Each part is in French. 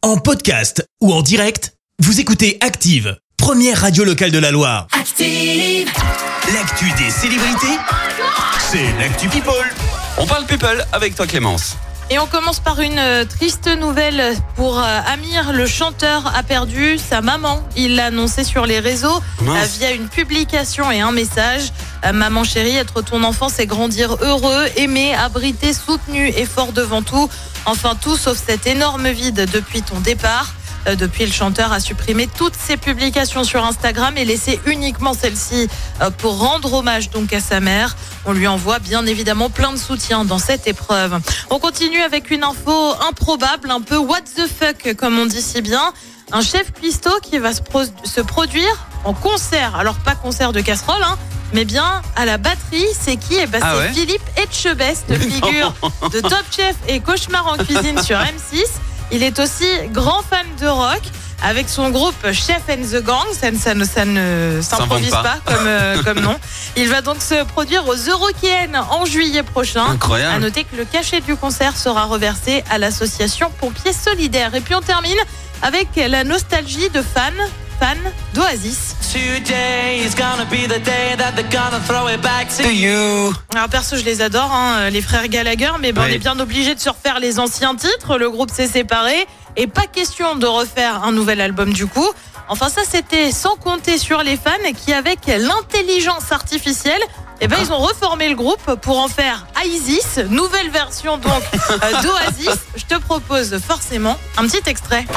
En podcast ou en direct, vous écoutez Active, première radio locale de la Loire. Active. L'actu des célébrités, c'est l'actu People. On parle people avec toi Clémence. Et on commence par une triste nouvelle pour Amir, le chanteur a perdu sa maman. Il l'a annoncé sur les réseaux via une publication et un message. Maman chérie, être ton enfant, c'est grandir heureux, aimé, abrité, soutenu et fort devant tout. Enfin tout sauf cet énorme vide depuis ton départ. Depuis, le chanteur a supprimé toutes ses publications sur Instagram et laissé uniquement celle-ci pour rendre hommage donc à sa mère. On lui envoie bien évidemment plein de soutien dans cette épreuve. On continue avec une info improbable, un peu what the fuck comme on dit si bien. Un chef cuistot qui va se produire en concert. Alors pas concert de casserole, mais bien à la batterie. C'est qui ? C'est Philippe Etchebest, figure de Top Chef et Cauchemar en cuisine sur M6. Il est aussi grand fan de rock avec son groupe Chef and the Gang. Ça ne s'improvise pas comme nom. Il va donc se produire aux Eurockéennes en juillet prochain. Incroyable. À noter que le cachet du concert sera reversé à l'association Pompiers Solidaires. Et puis on termine avec la nostalgie de fans d'Oasis. Today is gonna be the day that they're gonna throw it back to you. Alors perso, je les adore, les frères Gallagher, mais on est bien obligé de se refaire les anciens titres. Le groupe s'est séparé et pas question de refaire un nouvel album du coup. Enfin ça, c'était sans compter sur les fans qui, avec l'intelligence artificielle, ils ont reformé le groupe pour en faire Isis, nouvelle version donc d'Oasis. Je te propose forcément un petit extrait.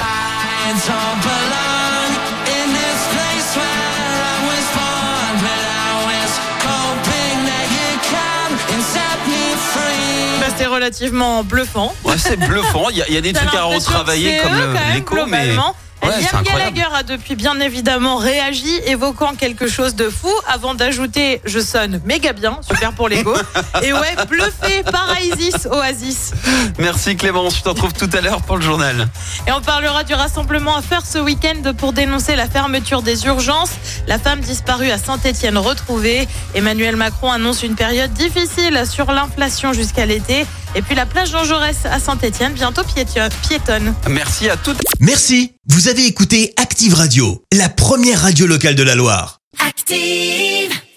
C'est relativement bluffant. Ouais, c'est bluffant. Il y a des trucs à retravailler comme l'écho, mais Liam Gallagher a depuis bien évidemment réagi, évoquant quelque chose de fou, avant d'ajouter « Je sonne méga bien, super pour l'ego ». Et bluffé par Oasis. Merci Clémence, je te retrouve tout à l'heure pour le journal. Et on parlera du rassemblement à faire ce week-end pour dénoncer la fermeture des urgences. La femme disparue à Saint-Étienne retrouvée. Emmanuel Macron annonce une période difficile sur l'inflation jusqu'à l'été. Et puis la plage Jean Jaurès à Saint-Étienne, bientôt piétonne. Merci à toutes. Merci, vous avez écouté Active Radio, la première radio locale de la Loire. Active.